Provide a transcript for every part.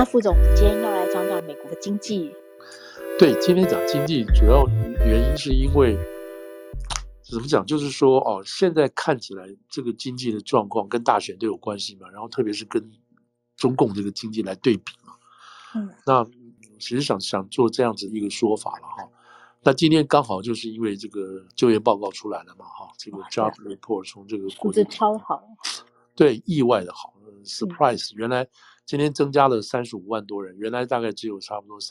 那副总，我们今天要来讲讲美国的经济。 对，今天讲经济主要原因是因为怎么讲，就是说现在看起来这个经济的状况跟大选都有关系嘛，然后特别是跟中共这个经济来对比嘛。那其实想做这样子一个说法了哈。那今天刚好就是因为这个就业报告出来了嘛哈，这个 job report 从这个国际超好， 对，意外的好，surprise，原来今天增加了35万多人，原来大概只有差不多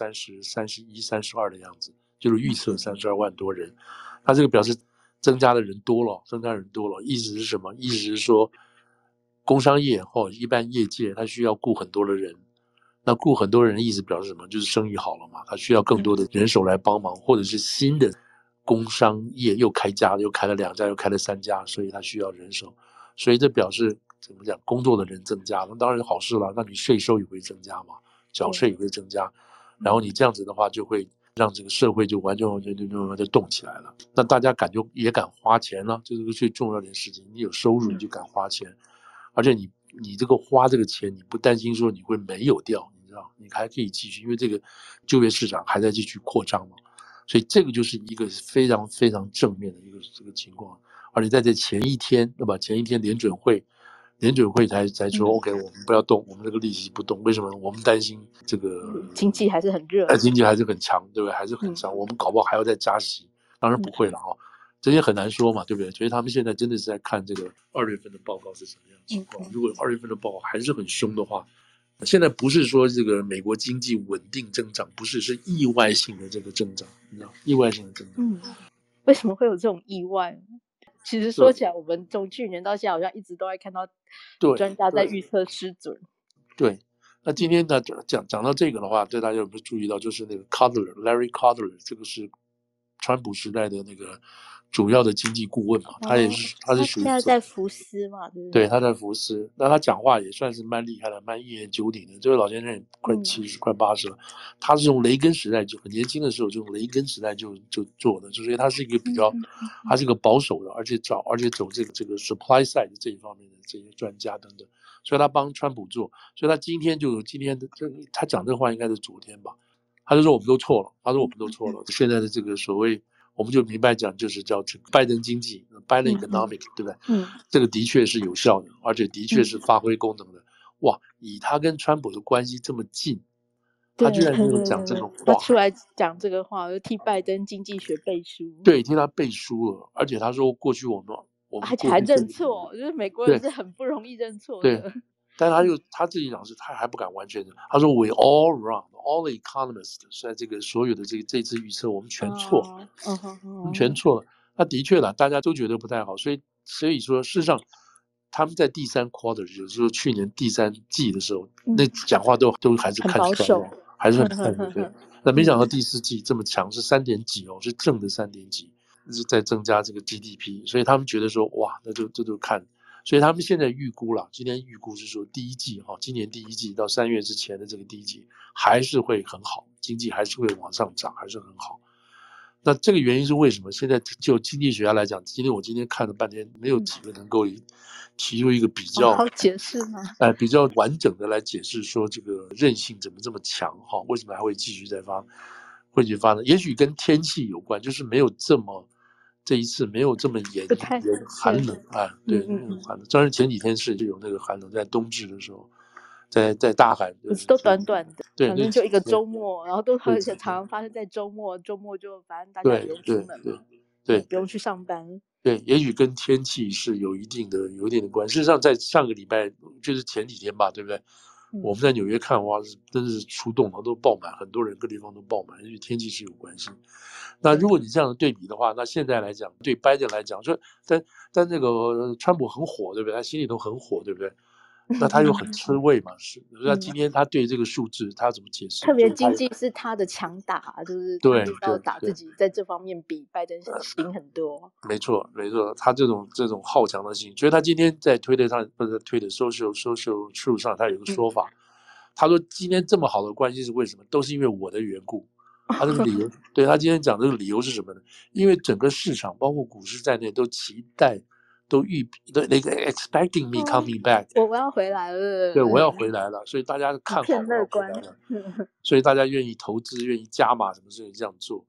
30、31、32的样子，就是预测32万多人。他这个表示增加的人多了，意思是什么？意思是说，工商业或一般业界他需要雇很多的人，那雇很多人的意思表示什么？就是生意好了嘛，他需要更多的人手来帮忙，或者是新的工商业又开家，又开了2家，又开了3家，所以他需要人手，所以这表示怎么讲？工作的人增加，那当然是好事了。那你税收也会增加嘛，缴税也会增加，然后你这样子的话，就会让这个社会就完全就动起来了。那大家也敢花钱了，这是个最重要的事情。你有收入你就敢花钱，而且你这个花这个钱，你不担心说你会没有掉，你知道，你还可以继续，因为这个就业市场还在继续扩张嘛。所以这个就是一个非常非常正面的一个这个情况。而且在这前一天，对吧？前一天联准会才说 OK， 我们不要动，我们这个利息不动。为什么？我们担心这个经济还是很热， 经济还是很强，对不对？还是很强，我们搞不好还要再加息。当然不会了这些很难说嘛，对不对？所以他们现在真的是在看这个2月份的报告是什么样的情况。如果2月份的报告还是很凶的话，现在不是说这个美国经济稳定增长，不是，是意外性的这个增长，你知道，意外性的增长。 为什么会有这种意外？其实说起来，我们从去年到现在好像一直都在看到专家在预测失准。 对，那今天呢讲到这个的话，对大家有没有注意到，就是那个 Larry Kudlow， 这个是川普时代的那个主要的经济顾问嘛，他是属于现在在福斯嘛，对不对？对，他在福斯，那他讲话也算是蛮厉害的，蛮一言九鼎的。这位老先生也快70、快80了，他是从雷根时代就很年轻的时候，就从雷根时代就做的，所以他是一个比较，他是一个保守的，而且走这个 supply side 这一方面的这些专家等等，所以他帮川普做，所以他今天他讲这话应该是昨天吧，他就说我们都错了，现在的这个所谓。我们就明白讲，就是叫拜登经济 ，Biden economic， 对不对？这个的确是有效的，而且的确是发挥功能的。哇，以他跟川普的关系这么近，他居然就讲这个话， 他出来讲这个话，就替拜登经济学背书。 对，替他背书了，而且他说过去我们还认错，就是美国人是很不容易认错的。 对，但他自己讲是，他还不敢完全的。他说 We all wrong, all the economists 在这个所有的这次预测我们全错，我们全错了。那的确了，大家都觉得不太好，所以说事实上他们在第3 quarter， 就是说去年第3季的时候，那讲话都还是看保守， 还是很看的。对，那没想到第4季这么强，是3点几是正的3点几，是在增加这个 GDP， 所以他们觉得说哇，那这就看。所以他们现在预估了，今天预估是说第1季今年第1季到3月之前的这个第1季还是会很好，经济还是会往上涨，还是很好。那这个原因是为什么？现在就经济学家来讲，我今天看了半天，没有几个能够提出一个比较好解释吗？ 比较完整的来解释说这个韧性怎么这么强为什么还会继续发呢？也许跟天气有关，就是这一次没有这么寒冷对，寒冷。当然前几天是有那个寒冷，在冬至的时候，在大寒， 都短短的， 对， 反正就一个周末，然后都常常发生在周末就反正大家不用出门嘛，对，不用去上班。 对，也许跟天气是有一定的关系。事实上，在上个礼拜就是前几天吧，对不对？我们在纽约看哇，真是出动了，都爆满，很多人各地方都爆满，因为天气是有关系。那如果你这样的对比的话，那现在来讲，对拜登来讲，说但那个川普很火，对不对？他心里头很火，对不对？那他又很吃味嘛，是。那今天他对这个数字，他怎么解释？ 特别经济是他的强打，就是他知道打自己，在这方面比拜登行很多。 没错，他这种好强的心，所以他今天在推特上，不是推特 social true 上，他有个说法，他说今天这么好的关系是为什么？都是因为我的缘故。他这个理由，对，他今天讲这个理由是什么呢？因为整个市场，包括股市在内，都期待都那个 expecting me coming back， 我要回来了， 对，我要回来了，所以大家看好我要回来了，所以大家愿意投资，愿意加码，什么事情这样做。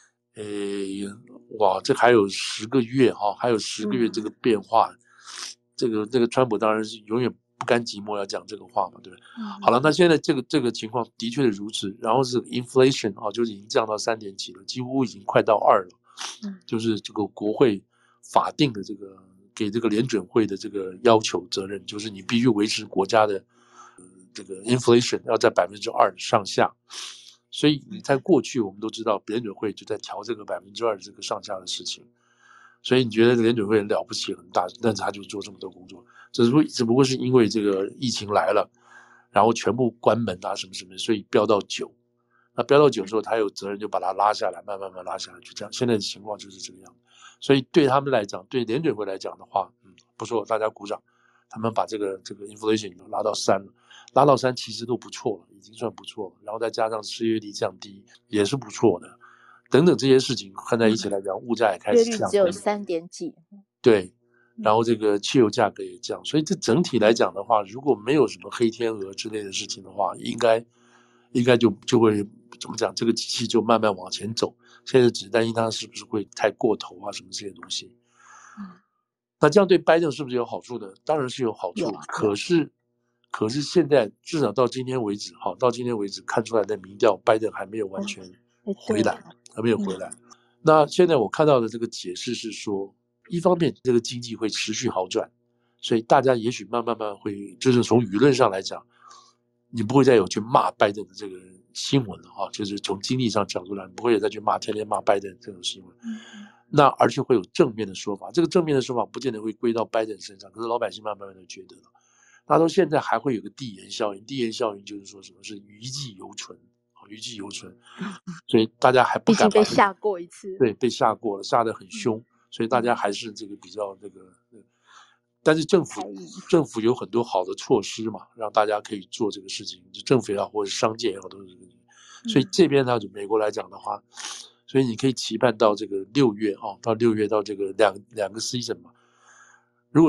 哇，这还有10个月哈，还有10个月这个变化，这个川普当然是永远不甘寂寞要讲这个话嘛，对不对？好了，那现在这个情况的确是如此，然后是 inflation 啊，就已经降到3.几了，几乎已经快到2了，就是这个国会法定的这个给这个联准会的这个要求责任，就是你必须维持国家的这个 inflation 要在2%上下。所以你在过去我们都知道联准会就在调这个2%这个上下的事情，所以你觉得联准会很了不起很大，但是他就做这么多工作，只不过是因为这个疫情来了，然后全部关门啊什么什么，所以飙到9，那飙到9之后他有责任就把它拉下来，慢慢拉下来，就这样。现在的情况就是这个样子，所以对他们来讲，对联准会来讲的话，不错，大家鼓掌，他们把这个 inflation 拉到3了。拉到3其实都不错了，已经算不错了，然后再加上失业率降低也是不错的，等等这些事情看在一起来讲，物价也开始降， 只有3点几， 对，然后这个汽油价格也降，所以这整体来讲的话，如果没有什么黑天鹅之类的事情的话，应该就会怎么讲，这个机器就慢慢往前走。现在只担心它是不是会太过头啊，什么这些东西。那这样对拜登是不是有好处呢？当然是有好处，可是现在至少到今天为止，看出来的民调，拜登还没有完全回来，还没有回来。那现在我看到的这个解释是说，一方面这个经济会持续好转，所以大家也许慢慢会，就是从舆论上来讲，你不会再有去骂拜登的这个新闻了哈，就是从经济上角度来，不会再去天天骂拜登这种新闻。那而且会有正面的说法，这个正面的说法不见得会归到拜登身上，可是老百姓慢慢的觉得了。他说现在还会有个递延效应，递延效应就是说什么是余悸犹存，所以大家还不敢， 毕竟被吓过一次， 对，被吓过了，吓得很凶，所以大家还是这个比较这个，但是政府有很多好的措施嘛，让大家可以做这个事情，就政府也好或者商界也好都是这个，所以这边呢，就美国来讲的话，所以你可以期盼到这个6月到6月到这个两个 season 嘛。如果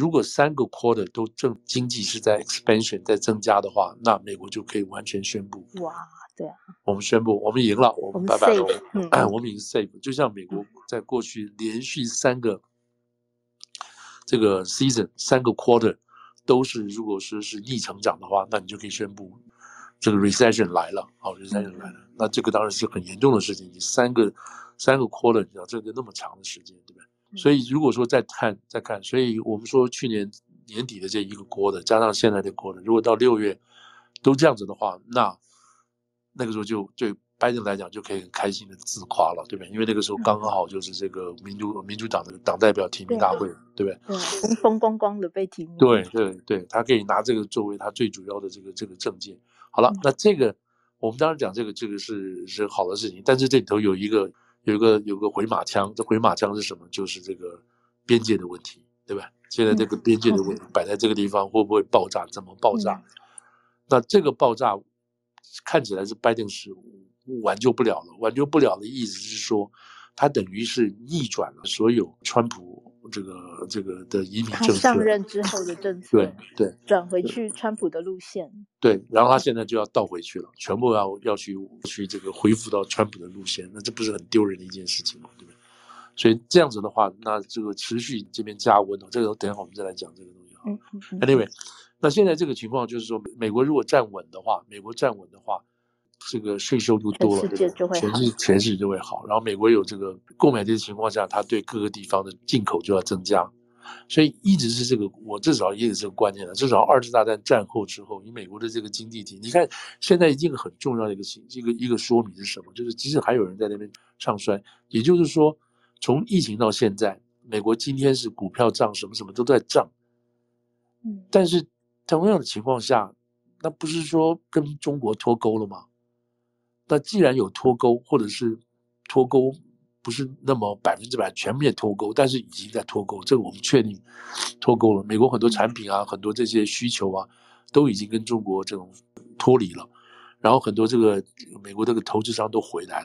3个 quarter 都经济是在 expansion 在增加的话，那美国就可以完全宣布， 哇，对啊， 我们宣布我们赢了，我们拜拜了，我们已经 safe，就像美国在过去连续3个这个 season 3个 quarter 都是如果说是逆成长的话，那你就可以宣布这个 recession 来了，recession 来了，那这个当然是很严重的事情，你三个 quarter 你知道这个那么长的时间，对不对？所以如果说再看，所以我们说去年年底的这一个quarter加上现在的quarter，如果到6月都这样子的话，那个时候就对拜登来讲就可以很开心的自夸了，对不对？因为那个时候刚刚好就是这个民主党的党代表提名大会，对不对？ 对，风光光的被提名。 对，他可以拿这个作为他最主要的这个政见。好了，那这个我们当然讲这个是好的事情，但是这里头有个回马枪，这回马枪是什么？就是这个边界的问题，对吧？现在这个边界的问题摆在这个地方，会不会爆炸？怎么爆炸？那这个爆炸看起来是拜登是挽救不了了。挽救不了的意思是说，他等于是逆转了所有川普这个的移民政策， 他上任之后的政策， 对， 转回去川普的路线。 对，然后他现在就要倒回去了，全部要去这个恢复到川普的路线，那这不是很丢人的一件事情吗？对不对？所以这样子的话，那这个持续这边加温这个等一下我们再来讲这个东西。Anyway， 那现在这个情况就是说，美国如果站稳的话，这个税收就多了，全世界就会好。然后美国有这个购买力的情况下，它对各个地方的进口就要增加。所以一直是这个，我至少也有这个观念了。至少2次大战战后之后，以美国的这个经济体，你看现在一个很重要的一个说明是什么？就是即使还有人在那边唱衰，也就是说，从疫情到现在，美国今天是股票涨，什么什么都在涨。但是同样的情况下，那不是说跟中国脱钩了吗？那既然有脱钩，或者是脱钩不是那么100%全面脱钩，但是已经在脱钩，这个我们确定脱钩了。美国很多产品啊，很多这些需求啊，都已经跟中国这种脱离了，然后很多这个美国这个投资商都回来了。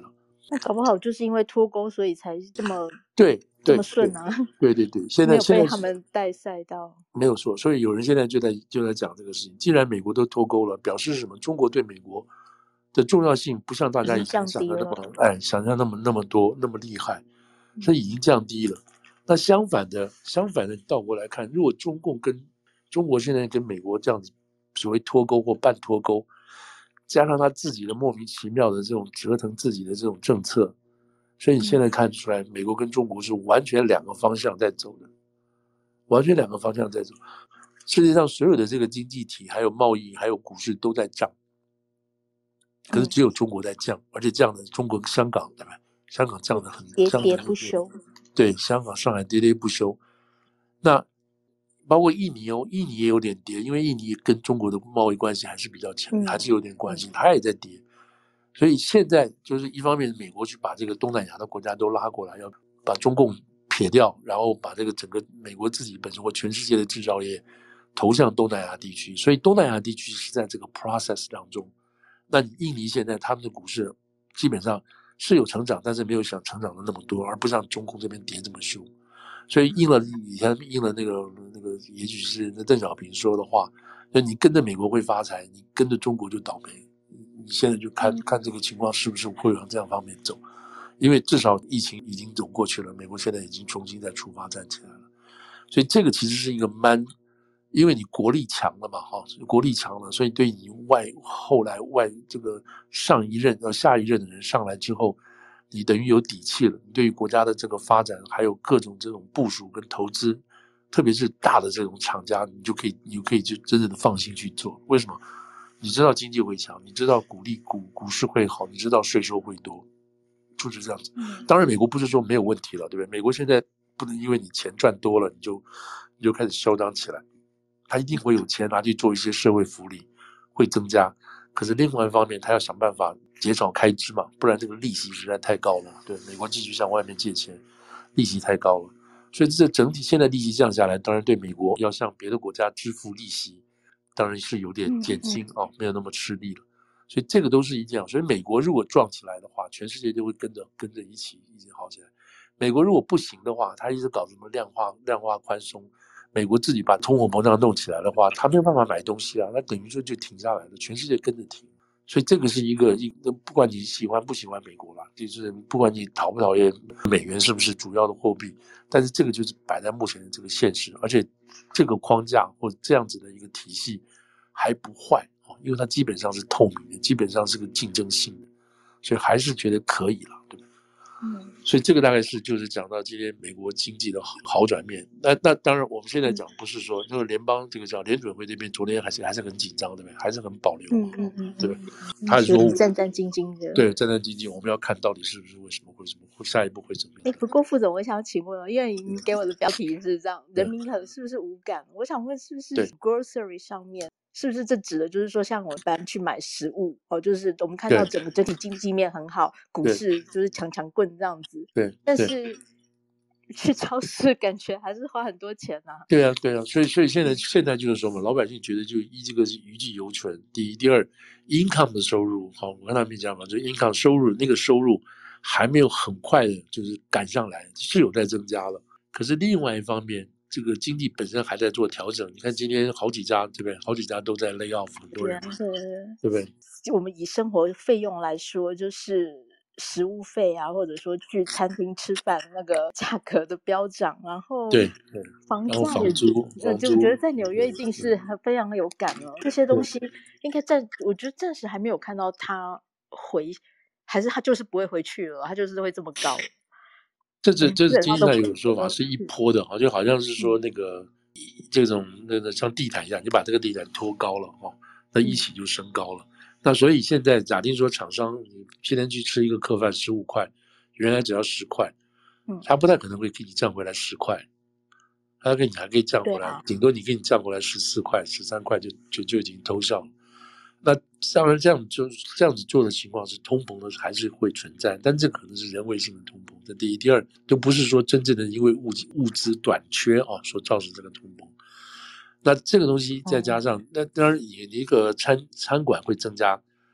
那搞不好就是因为脱钩，所以才这么顺啊。 对，现在没有被他们带赛到， 没有错。所以有人现在就在讲这个事情。既然美国都脱钩了，表示什么？中国对美国的重要性不像大家以前想的那么多那么厉害，所以已经降低了。那相反的，你倒过来看，如果中国现在跟美国这样子所谓脱钩或半脱钩，加上他自己的莫名其妙的这种折腾自己的这种政策，所以你现在看出来，美国跟中国是完全两个方向在走的，完全两个方向在走。世界上所有的这个经济体，还有贸易，还有股市都在涨，可是只有中国在降，而且降的中国香港对吧？香港降的很喋喋不休。 对，香港、上海喋喋不休。那包括印尼印尼也有点跌，因为印尼跟中国的贸易关系还是比较强，还是有点关系，它也在跌。所以现在就是一方面，美国去把这个东南亚的国家都拉过来，要把中共撇掉，然后把这个整个美国自己本身或全世界的制造业投向东南亚地区，所以东南亚地区是在这个 process 当中。那印尼现在他们的股市基本上是有成长，但是没有想成长的那么多，而不像中共这边跌这么凶。所以以前应了那个，也许是邓小平说的话，就你跟着美国会发财，你跟着中国就倒霉。你现在就看这个情况是不是会往这样方面走，因为至少疫情已经走过去了，美国现在已经重新再出发站起来了。所以这个其实是一个因为你国力强了嘛，国力强了，所以对你后来这个上一任到下一任的人上来之后，你等于有底气了。你对于国家的这个发展，还有各种这种部署跟投资，特别是大的这种厂家，你就可以就真正的放心去做。为什么？你知道经济会强，你知道股市会好，你知道税收会多，就是这样子。当然，美国不是说没有问题了，对不对？美国现在不能因为你钱赚多了，你就开始嚣张起来。他一定会有钱拿去做一些社会福利，会增加。可是另外一方面，他要想办法减少开支嘛，不然这个利息实在太高了。对，美国继续向外面借钱，利息太高了。所以这整体现在利息降下来，当然对美国要向别的国家支付利息，当然是有点减轻没有那么吃力了。所以这个都是一样。所以美国如果撞起来的话，全世界就会跟着一起好起来。美国如果不行的话，他一直搞什么量化宽松。美国自己把通货膨胀弄起来的话，他没有办法买东西啊，那等于说就停下来了，全世界跟着停。所以这个是一个不管你喜欢不喜欢美国啦，就是不管你讨不讨厌美元是不是主要的货币，但是这个就是摆在目前的这个现实，而且这个框架或者这样子的一个体系还不坏，因为它基本上是透明的，基本上是个竞争性的，所以还是觉得可以了，对吧？所以这个大概就是讲到今天美国经济的好转面。那当然，我们现在讲不是说就是联邦这个叫联准会这边昨天还是很紧张，对不对？还是很保留，对不对？他还说战战兢兢的， 对，战战兢兢。我们要看到底是不是为什么会下一步会怎么样？ 不过副总，我想请问，因为你给我的标题是这样，人民可能是不是无感？我想问，是不是 grocery 上面？是不是这指的就是说，像我们班去买食物就是我们看到整体经济面很好，股市就是强棍这样子。 对， 但是去超市感觉还是花很多钱啊。 对啊，所以现在就是说嘛，老百姓觉得就这个是余悸犹存。第一，第二 ，income 的收入，我跟他们讲嘛，就 income 收入那个收入还没有很快的，就是赶上来，是有在增加了。可是另外一方面，这个经济本身还在做调整。你看今天好几家，对不对？好几家都在 lay off 很多人，对不对？ 我们以生活费用来说，就是食物费啊，或者说去餐厅吃饭那个价格的飙涨，然后房价也就觉得在纽约一定是非常有感了。这些东西应该我觉得暂时还没有看到它还是它就是不会回去了，它就是会这么高。 这是经济上有个说法，是一波的，就好像是说那个这种像地毯一样，你把这个地毯拖高了那一起就升高了。那所以现在假定说厂商你今天去吃一个客饭15块，原来只要10块，他不太可能会给你降回来10块，他还可以降回来，顶多你给你降回来14块、13块就已经偷笑了。那当然这样子做的情况是通膨的还是会存在，但这可能是人为性的通膨。这第一，第二，都不是说真正的因为物资短缺所造成这个通膨。那这个东西再加上，那当然你一个餐馆会增加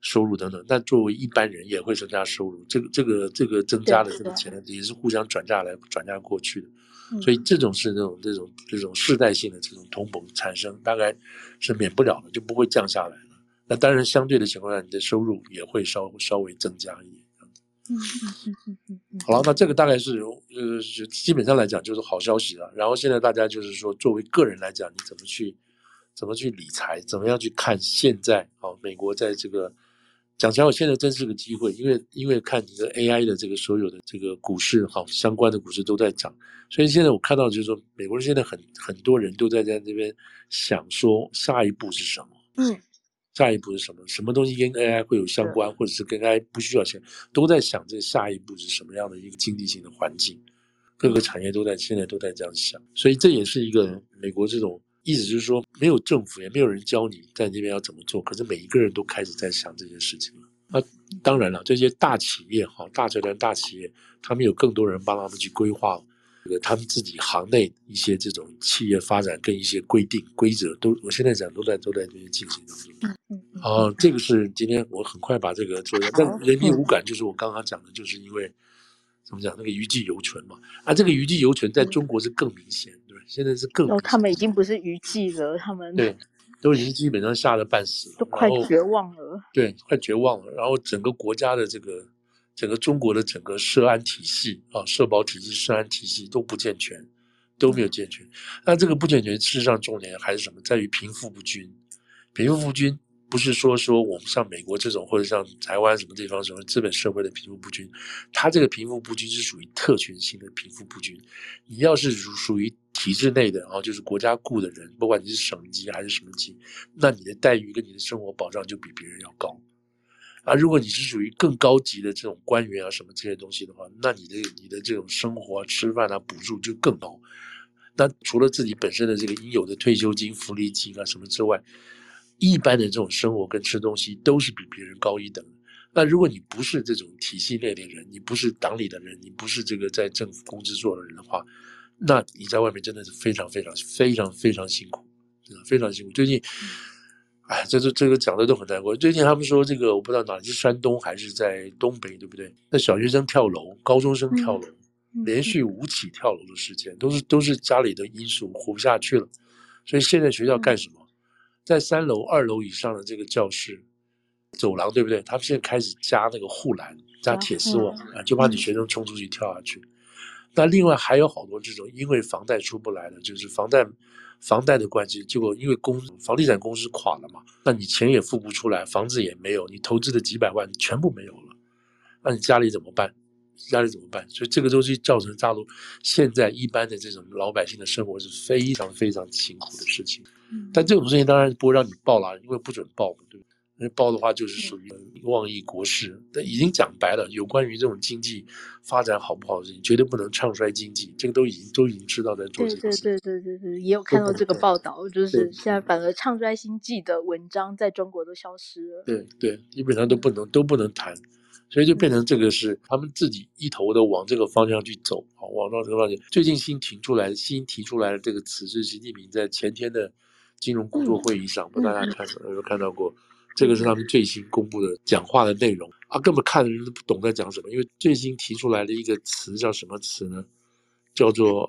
收入等等，但作为一般人也会增加收入，这个增加的这个钱也是互相转嫁过去的，所以这种是这种世代性的这种通膨产生，大概是免不了的，就不会降下来了。那当然，相对的情况下，你的收入也会稍微增加一点。好了，那这个大概是基本上来讲就是好消息了。然后现在大家就是说，作为个人来讲，你怎么去理财，怎么样去看现在美国在这个讲起来，我现在真是个机会，因为看你的 AI 的这个所有的这个股市相关的股市都在涨，所以现在我看到就是说，美国人现在很多人都在这边想说下一步是什么。下一步是什么？什么东西跟 AI 会有相关，或者是跟 AI 不需要钱，都在想这下一步是什么样的一个经济性的环境。各个产业现在都在这样想，所以这也是一个美国这种意思，就是说没有政府也没有人教你在那边要怎么做，可是每一个人都开始在想这件事情了。那当然了，这些大企业大集团大企业，他们有更多人帮他们去规划他们自己行内一些这种企业发展跟一些规定规则我现在讲都在这边进行当中。这个是今天我很快把这个做一下，但人民无感就是我刚刚讲的，就是因为怎么讲那个余悸犹存嘛，这个余悸犹存在中国是更明显，对，现在是更明显。 他们已经不是余悸了，他们对都已经基本上吓得半死了， 都快绝望了。 对，快绝望了。然后整个国家的整个中国的整个社安体系社保体系、社安体系都不健全，都没有健全。那这个不健全，事实上重点还是什么？在于贫富不均。贫富不均不是说我们像美国这种，或者像台湾什么地方什么资本社会的贫富不均，它这个贫富不均是属于特权性的贫富不均。你要是属于体制内的就是国家雇的人，不管你是省级还是什么级，那你的待遇跟你的生活保障就比别人要高。如果你是属于更高级的这种官员什么这些东西的话，那你的这种生活吃饭补助就更高。那除了自己本身的这个应有的退休金、福利金什么之外，一般的这种生活跟吃东西都是比别人高一等。那如果你不是这种体系内的人，你不是党里的人，你不是这个在政府公司做的人的话，那你在外面真的是非常非常非常非常辛苦，非常辛苦。最近这个讲的都很难过。最近他们说这个我不知道哪是山东还是在东北，对不对？那小学生跳楼，高中生跳楼，连续5起跳楼的事件，都是家里的因素活不下去了。所以现在学校干什么？在3楼、2楼以上的这个教室走廊，对不对？他们现在开始加那个护栏，加铁丝网就怕你学生冲出去跳下去。那另外还有好多这种因为房贷出不来了，就是房贷的关系，结果因为房地产公司垮了嘛，那你钱也付不出来，房子也没有，你投资的几百万全部没有了，那你家里怎么办？所以这个东西造成大陆现在一般的这种老百姓的生活是非常非常辛苦的事情。但这种事情当然不会让你报啦，因为不准报，对不对？因为报的话就是属于妄议国事。但已经讲白了，有关于这种经济发展好不好的事情，绝对不能唱衰经济，这个都已经知道在做这个事情。 对，也有看到这个报道，就是现在反而唱衰经济的文章在中国都消失了。 对，基本上都不能谈。所以就变成这个是他们自己一头的往这个方向去走，往到这个方向。最近新提出来的这个词是习近平在前天的金融工作会议上，不知道大家有没有看到过？这个是他们最新公布的讲话的内容根本看的人都不懂在讲什么，因为最新提出来的一个词叫什么词呢？叫做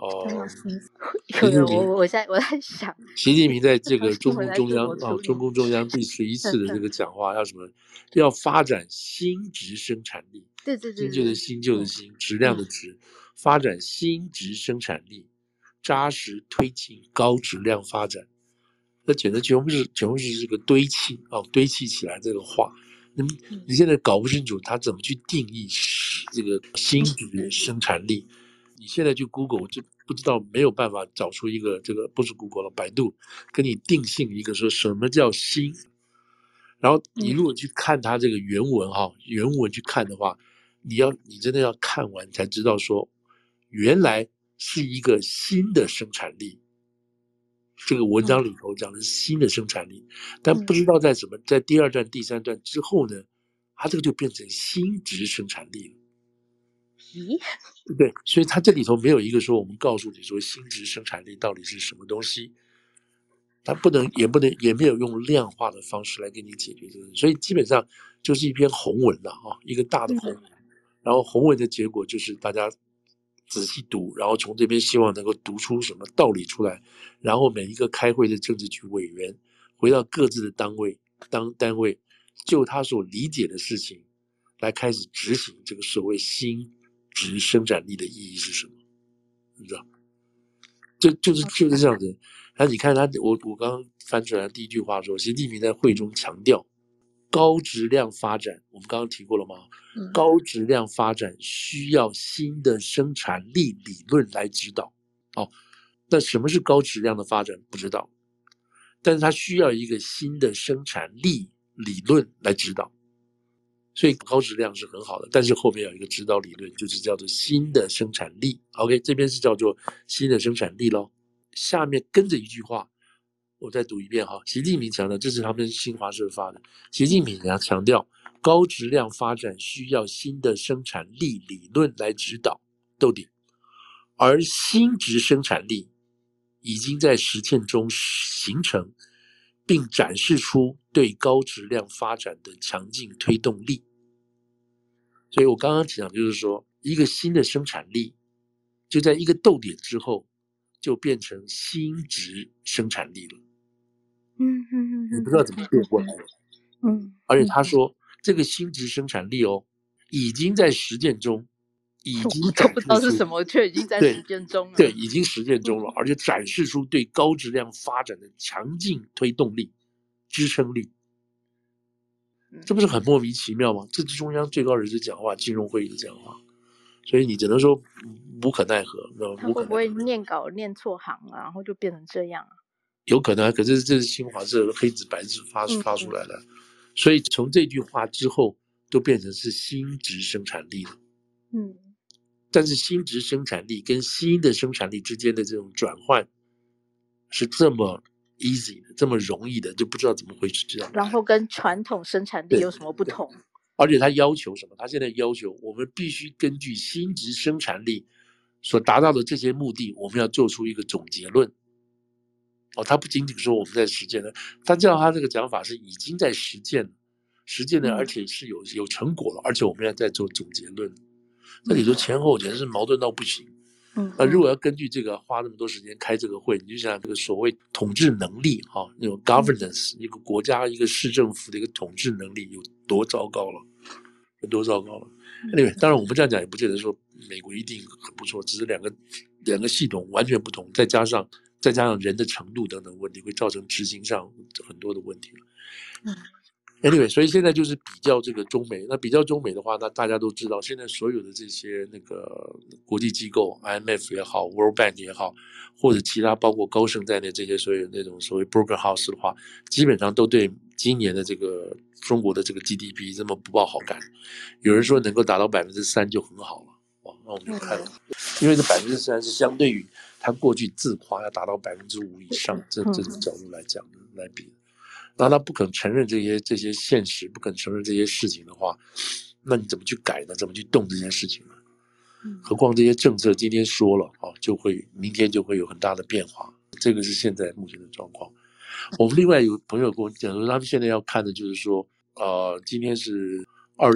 我在想， 习近平在这个中共中央第11次的这个讲话要什么？要发展新质生产力。 对， 新就是新旧的新，质量的质，发展新质生产力，扎实推进高质量发展。那简直全部是这个堆砌起来这个话。你现在搞不清楚他怎么去定义这个新质生产力。你现在去 Google 就不知道，没有办法找出一个这个不是 Google 了，百度跟你定性一个说什么叫新。然后你如果去看他这个原文去看的话，你真的要看完才知道说，原来是一个新的生产力。这个文章里头讲的是新的生产力，但不知道在第2段、第3段之后呢，它这个就变成新质生产力了。对不对？所以它这里头没有一个说我们告诉你说新质生产力到底是什么东西。 它也没有用量化的方式来给你解决这个，所以基本上就是一篇宏文了啊，一个大的宏文。然后宏文的结果就是大家仔细读，然后从这边希望能够读出什么道理出来，然后每一个开会的政治局委员回到各自的单位，就他所理解的事情来开始执行这个所谓新质生产力的意义是什么，你知道？就是这样子。然后你看我刚刚翻出来的第一句话说，习近平在会中强调高质量发展，我们刚刚提过了吗？高质量发展需要新的生产力理论来指导。那什么是高质量的发展？不知道，但是它需要一个新的生产力理论来指导。所以高质量是很好的，但是后面有一个指导理论，就是叫做新的生产力。OK， 这边是叫做新的生产力咯。下面跟着一句话，我再读一遍哈。习近平强调，这是他们新华社发的。习近平强调，高质量发展需要新的生产力理论来指导。而新质生产力已经在实践中形成，并展示出对高质量发展的强劲推动力。所以我刚刚讲就是说，一个新的生产力就在一个逗点之后就变成新质生产力了。你不知道怎么变过来的。而且他说这个新质生产力已经在实践中已经展示出， 不知道是什么，却已经在实践中了。 对，已经实践中了，而且展示出对高质量发展的强劲推动力、支撑力。这不是很莫名其妙吗？这是中央最高人士讲话，金融会议的讲话，所以你只能说无可奈何。 他会不会念稿念错行啊，然后就变成这样啊？ 有可能，可是这是新华社黑纸白字发出来的，所以从这句话之后，都变成是新质生产力了。但是新质生产力跟新的生产力之间的这种转换是这么 easy 的，这么容易的，就不知道怎么会是这样。 然后跟传统生产力有什么不同？ 而且他要求什么？他现在要求我们必须根据新质生产力所达到的这些目的，我们要做出一个总结论。他不仅仅说我们在实践了，他知道他这个讲法是已经在实践了，而且是有成果了，而且我们要再做总结论。那你说前后简直是矛盾到不行。那如果要根据这个花那么多时间开这个会，你就想这个所谓统治能力那种 governance， 一个国家一个市政府的一个统治能力有多糟糕了，Anyway， 当然我们这样讲也不见得说美国一定很不错，只是两个系统完全不同，再加上人的程度等等问题，会造成执行上很多的问题。Anyway， 所以现在就是比较这个中美。那比较中美的话，那大家都知道，现在所有的这些那个国际机构 ，IMF 也好 ，World Bank 也好，或者其他包括高盛在内这些所有那种所谓 broker house 的话，基本上都对今年的这个中国的这个 GDP 这么不抱好感。有人说能够达到3%就很好了，那我们就看了，因为这3%是相对于他过去自夸要达到5%以上这种角度来讲来比。那他不肯承认这些现实，不肯承认这些事情的话，那你怎么去改呢？怎么去动这件事情呢？何况这些政策今天说了明天就会有很大的变化，这个是现在目前的状况。我们另外有朋友跟我讲说，他们现在要看的就是说，今天是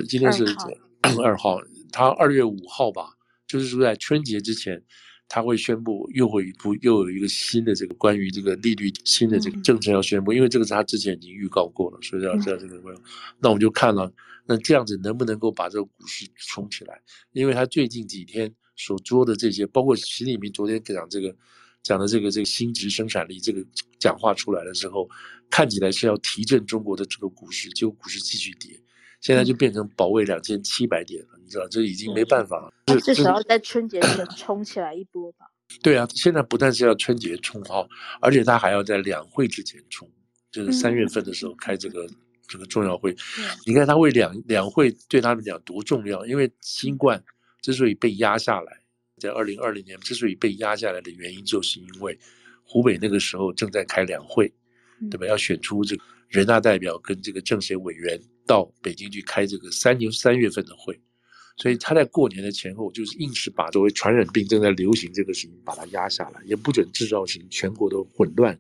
2号，他2月5号吧，就是说在春节之前，他会宣布又有一个新的这个关于这个利率新的这个政策要宣布，因为这个是他之前已经预告过了，所以要这个那我们就看了，那这样子能不能够把这个股市冲起来？因为他最近几天所做的这些，包括习近平昨天讲的这个新质生产力这个讲话出来的时候，看起来是要提振中国的这个股市，结果股市继续跌，现在就变成保卫2700点了，你知道这已经没办法了。 至少要在春节前冲起来一波吧。 对啊，现在不但是要春节冲而且他还要在两会之前冲，就是3月份的时候开这个重要会。你看他为两会对他们讲多重要，因为新冠之所以被压下来，在2020年之所以被压下来的原因，就是因为湖北那个时候正在开两会，对吧？要选出这个人大代表跟这个政协委员到北京去开这个3月份的会，所以他在过年的前后就是硬是把作为传染病正在流行这个事情把它压下来，也不准制造成全国的混乱，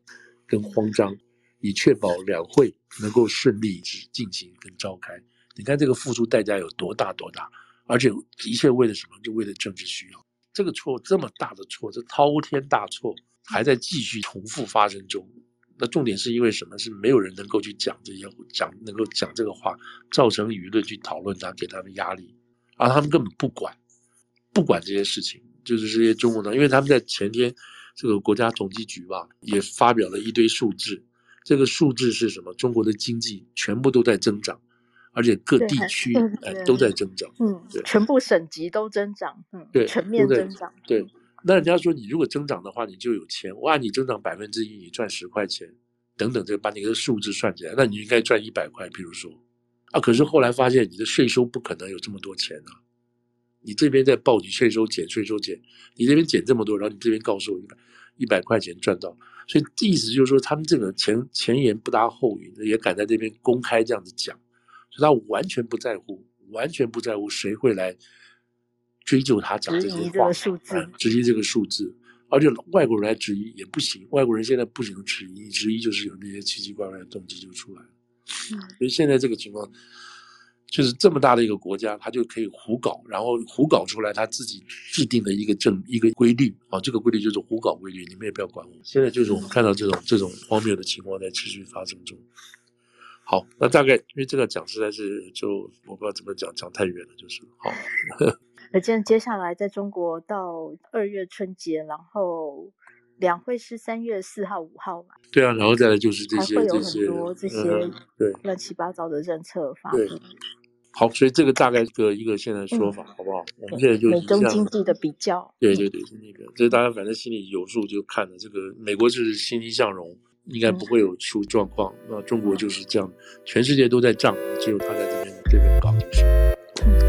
跟慌张，以确保两会能够顺利进行跟召开。你看这个付出代价有多大，而且一切为了什么？就为了政治需要。这个错这么大的错，这滔天大错还在继续重复发生中。那重点是因为什么？是没有人能够去能够讲这个话，造成舆论去讨论它，给他们压力，而他们根本不管这些事情。就是这些中国党，因为他们在前天这个国家统计局吧也发表了一堆数字，这个数字是什么？中国的经济全部都在增长，而且各地区都在增长， 全部省级都增长， 对， 全面增长， 对。那人家说你如果增长的话，你就有钱，哇，你增长1%，你赚10块钱，等等，把你的数字算起来，那你应该赚100块，比如说，可是后来发现你的税收不可能有这么多钱啊，你这边在报你税收减，你这边减这么多，然后你这边告诉我100块钱赚到，所以意思就是说，他们这个前言不搭后语，也敢在这边公开这样子讲，所以他完全不在乎谁会来追究他讲这些话，质疑这个数字，而且外国人来质疑也不行，外国人现在不行质疑，你质疑就是有那些奇奇怪怪的动机就出来了。所以现在这个情况就是这么大的一个国家，他就可以胡搞，然后胡搞出来他自己制定的一个规律啊，这个规律就是胡搞规律，你们也不要管我。现在就是我们看到这种荒谬的情况在持续发生中。好，那大概因为这个讲实在是就我不知道怎么讲太远了，就是好。 而接下来在中国到2月春节，然后两会是3月4号、5号嘛？ 对啊，然后再来就是这些， 还会有很多这些对乱七八糟的政策发布。 好，所以这个大概一个现在说法，好不好？我们现在就美中经济的比较， 对，是那个，这大家反正心里有数就看了。这个美国是欣欣向荣，应该不会有出状况。那中国就是这样，全世界都在涨，只有他在这边搞就是。